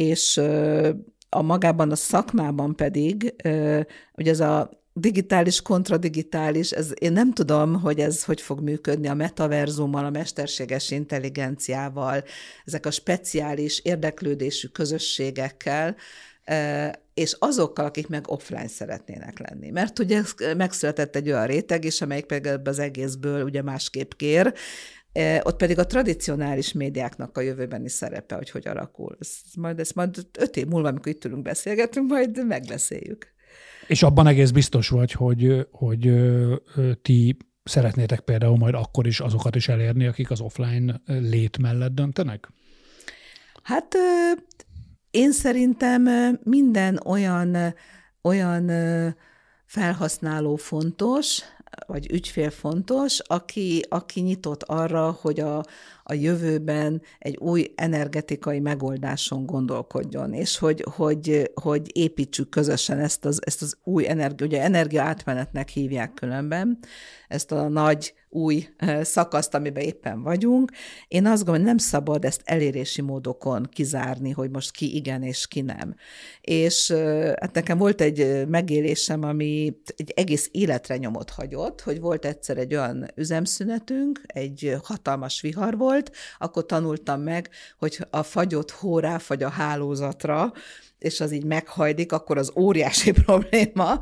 a magában a szakmában pedig, ugye ez a digitális kontra digitális, én nem tudom, hogy ez hogy fog működni a metaverzummal, a mesterséges intelligenciával, ezek a speciális érdeklődésű közösségekkel, és azokkal, akik meg offline szeretnének lenni. Mert ugye megszületett egy olyan réteg is, amelyik pedig az egészből ugye másképp kér, ott pedig a tradicionális médiáknak a jövőbeni szerepe, hogy alakul. Ezt majd 5 év múlva, amikor itt ülünk, beszélgetünk, majd megbeszéljük. És abban egész biztos vagy, hogy ti szeretnétek például majd akkor is azokat is elérni, akik az offline lét mellett döntenek? Hát én szerintem minden olyan felhasználó fontos, vagy ügyfél fontos, aki nyitott arra, hogy a jövőben egy új energetikai megoldáson gondolkodjon, és hogy építsük közösen ezt az új energia, ugye energia átmenetnek hívják különben, ezt a nagy új szakaszt, amiben éppen vagyunk. Én azt gondolom, hogy nem szabad ezt elérési módokon kizárni, hogy most ki igen és ki nem. És hát nekem volt egy megélésem, ami egy egész életre nyomot hagyott, hogy volt egyszer egy olyan üzemszünetünk, egy hatalmas vihar volt, akkor tanultam meg, hogy a fagyott hó ráfagy a hálózatra, és az így meghajlik, akkor az óriási probléma,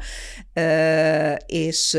és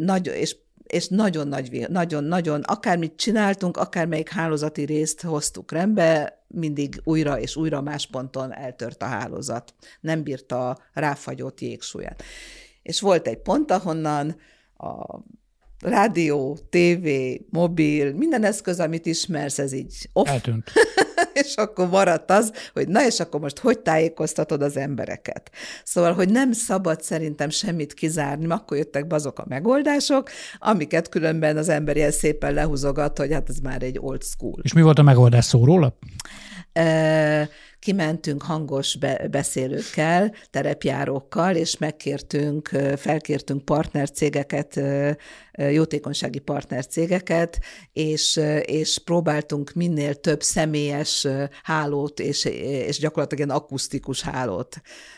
nagyon, akármit csináltunk, akármelyik hálózati részt hoztuk rendbe, mindig újra és újra más ponton eltört a hálózat. Nem bírta a ráfagyott jégsúlyát. És volt egy pont, ahonnan a rádió, tévé, mobil, minden eszköz, amit ismersz, ez így eltűnt. és akkor maradt az, hogy na és akkor most hogy tájékoztatod az embereket. Szóval, hogy nem szabad szerintem semmit kizárni, akkor jöttek be azok a megoldások, amiket különben az ember ilyen szépen lehúzogat, hogy hát ez már egy old school. És mi volt a megoldás, szórólap? Kimentünk hangos beszélőkkel, terepjárókkal, és felkértünk partnercégeket, jótékonysági partnercégeket, és próbáltunk minél több személyes hálót, és gyakorlatilag ilyen akusztikus hálót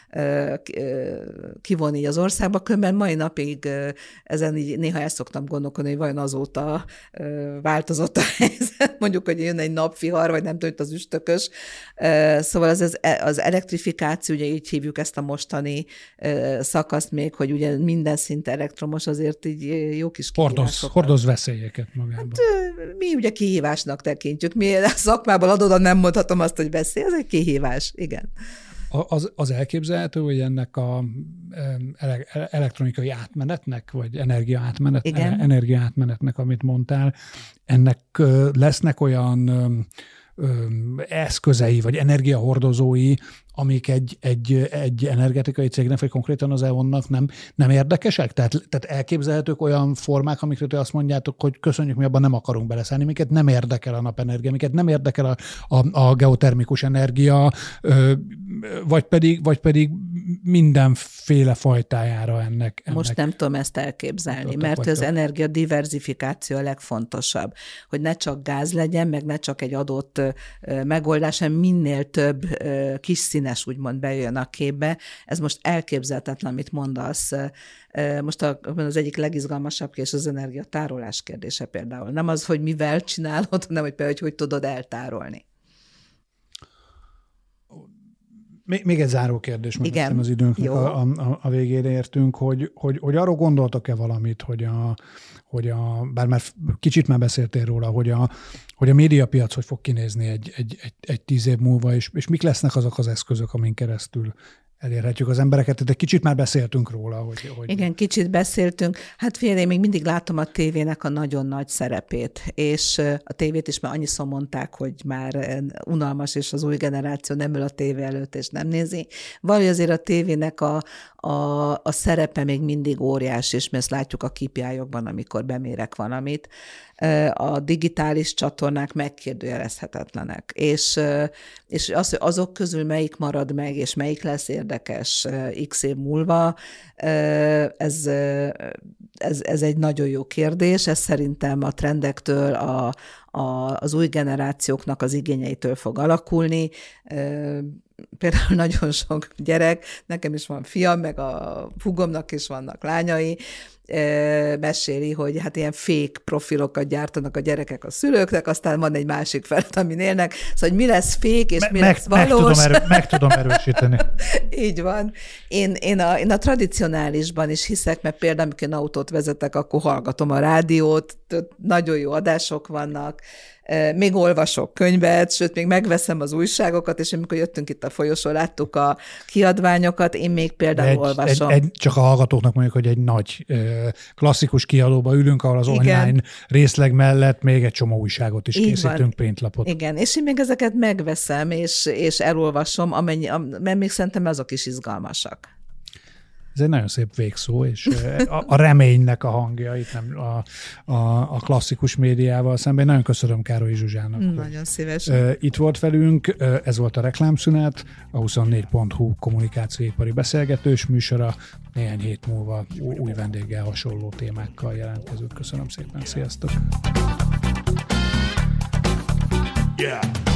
kivonni az országba. Különben mai napig ezen így néha el szoktam gondolkodni, hogy vajon azóta változott a helyzet, mondjuk, hogy jön egy napvihar, vagy nem tudom, az üstökös. Szóval az elektrifikáció, ugye így hívjuk ezt a mostani szakaszt még, hogy ugye minden szinte elektromos, azért így jó kis kihívásokat. Hordoz veszélyeket magában. Hát, mi ugye kihívásnak tekintjük. Mi a szakmából adódóan nem mondhatom azt, hogy veszély, ez egy kihívás, igen. Az elképzelhető, hogy ennek a elektronikai átmenetnek, vagy energiaátmenetnek, amit mondtál, ennek lesznek olyan eszközei, vagy energiahordozói, amik egy energetikai cégnek, vagy konkrétan az EON-nak nem érdekesek? Tehát elképzelhetők olyan formák, amikről te azt mondjátok, hogy köszönjük, mi abban nem akarunk beleszállni, miket nem érdekel a napenergia, miket nem érdekel a geotermikus energia, vagy pedig mindenféle fajtájára ennek. Most nem tudom ezt elképzelni, mert az energia diverzifikáció a legfontosabb, hogy ne csak gáz legyen, meg ne csak egy adott megoldás, hanem minél több kis színes úgymond bejön a képbe. Ez most elképzelhetetlen, amit mondasz. Most az egyik legizgalmasabb kérdés az energiatárolás kérdése például. Nem az, hogy mivel csinálod, hanem hogy például, hogy tudod eltárolni. Még egy záró kérdés, mert az időnknek a végére értünk, hogy arról gondoltak-e valamit, bár már kicsit már beszéltél róla, hogy a médiapiac hogy fog kinézni egy 10 év múlva, és mik lesznek azok az eszközök, amin keresztül elérhetjük az embereket, de kicsit már beszéltünk róla. Hogy... Igen, kicsit beszéltünk. Hát figyelj, én még mindig látom a tévének a nagyon nagy szerepét, és a tévét is már annyiszor mondták, hogy már unalmas, és az új generáció nem ül a tévé előtt, és nem nézi. Valahogy azért a tévének a szerepe még mindig óriási, és mi ezt látjuk a KPI-okban, amikor bemérek valamit. A digitális csatornák megkérdőjelezhetetlenek. És azok közül melyik marad meg, és melyik lesz érdekes x év múlva, ez egy nagyon jó kérdés. Ez szerintem a trendektől, az új generációknak az igényeitől fog alakulni. Például nagyon sok gyerek, nekem is van fiam, meg a húgomnak is vannak lányai, meséli, hogy hát ilyen fake profilokat gyártanak a gyerekek a szülőknek, aztán van egy másik felet, amin élnek. Szóval, hogy mi lesz fake, és mi lesz valós. Meg tudom erősíteni. Így van. Én a tradicionálisban is hiszek, mert például, amikor én autót vezetek, akkor hallgatom a rádiót, nagyon jó adások vannak, még olvasok könyvet, sőt, még megveszem az újságokat, és amikor jöttünk itt a folyosón, láttuk a kiadványokat, én még például olvasom. Csak a hallgatóknak mondjuk, hogy egy nagy klasszikus kiadóba ülünk, ahol az online részleg mellett még egy csomó újságot is készítünk, printlapot. Igen, és én még ezeket megveszem, és elolvasom, mert még szerintem azok is izgalmasak. Ez egy nagyon szép végszó, és a reménynek a hangja, itt nem a klasszikus médiával szemben. Nagyon köszönöm Károly Zsuzsának. Nagyon szívesen. Itt volt velünk, ez volt a Reklámszünet, a 24.hu kommunikációipari beszélgetős műsora. Néhány hét múlva új vendéggel, hasonló témákkal jelentkezünk. Köszönöm szépen, sziasztok! Yeah.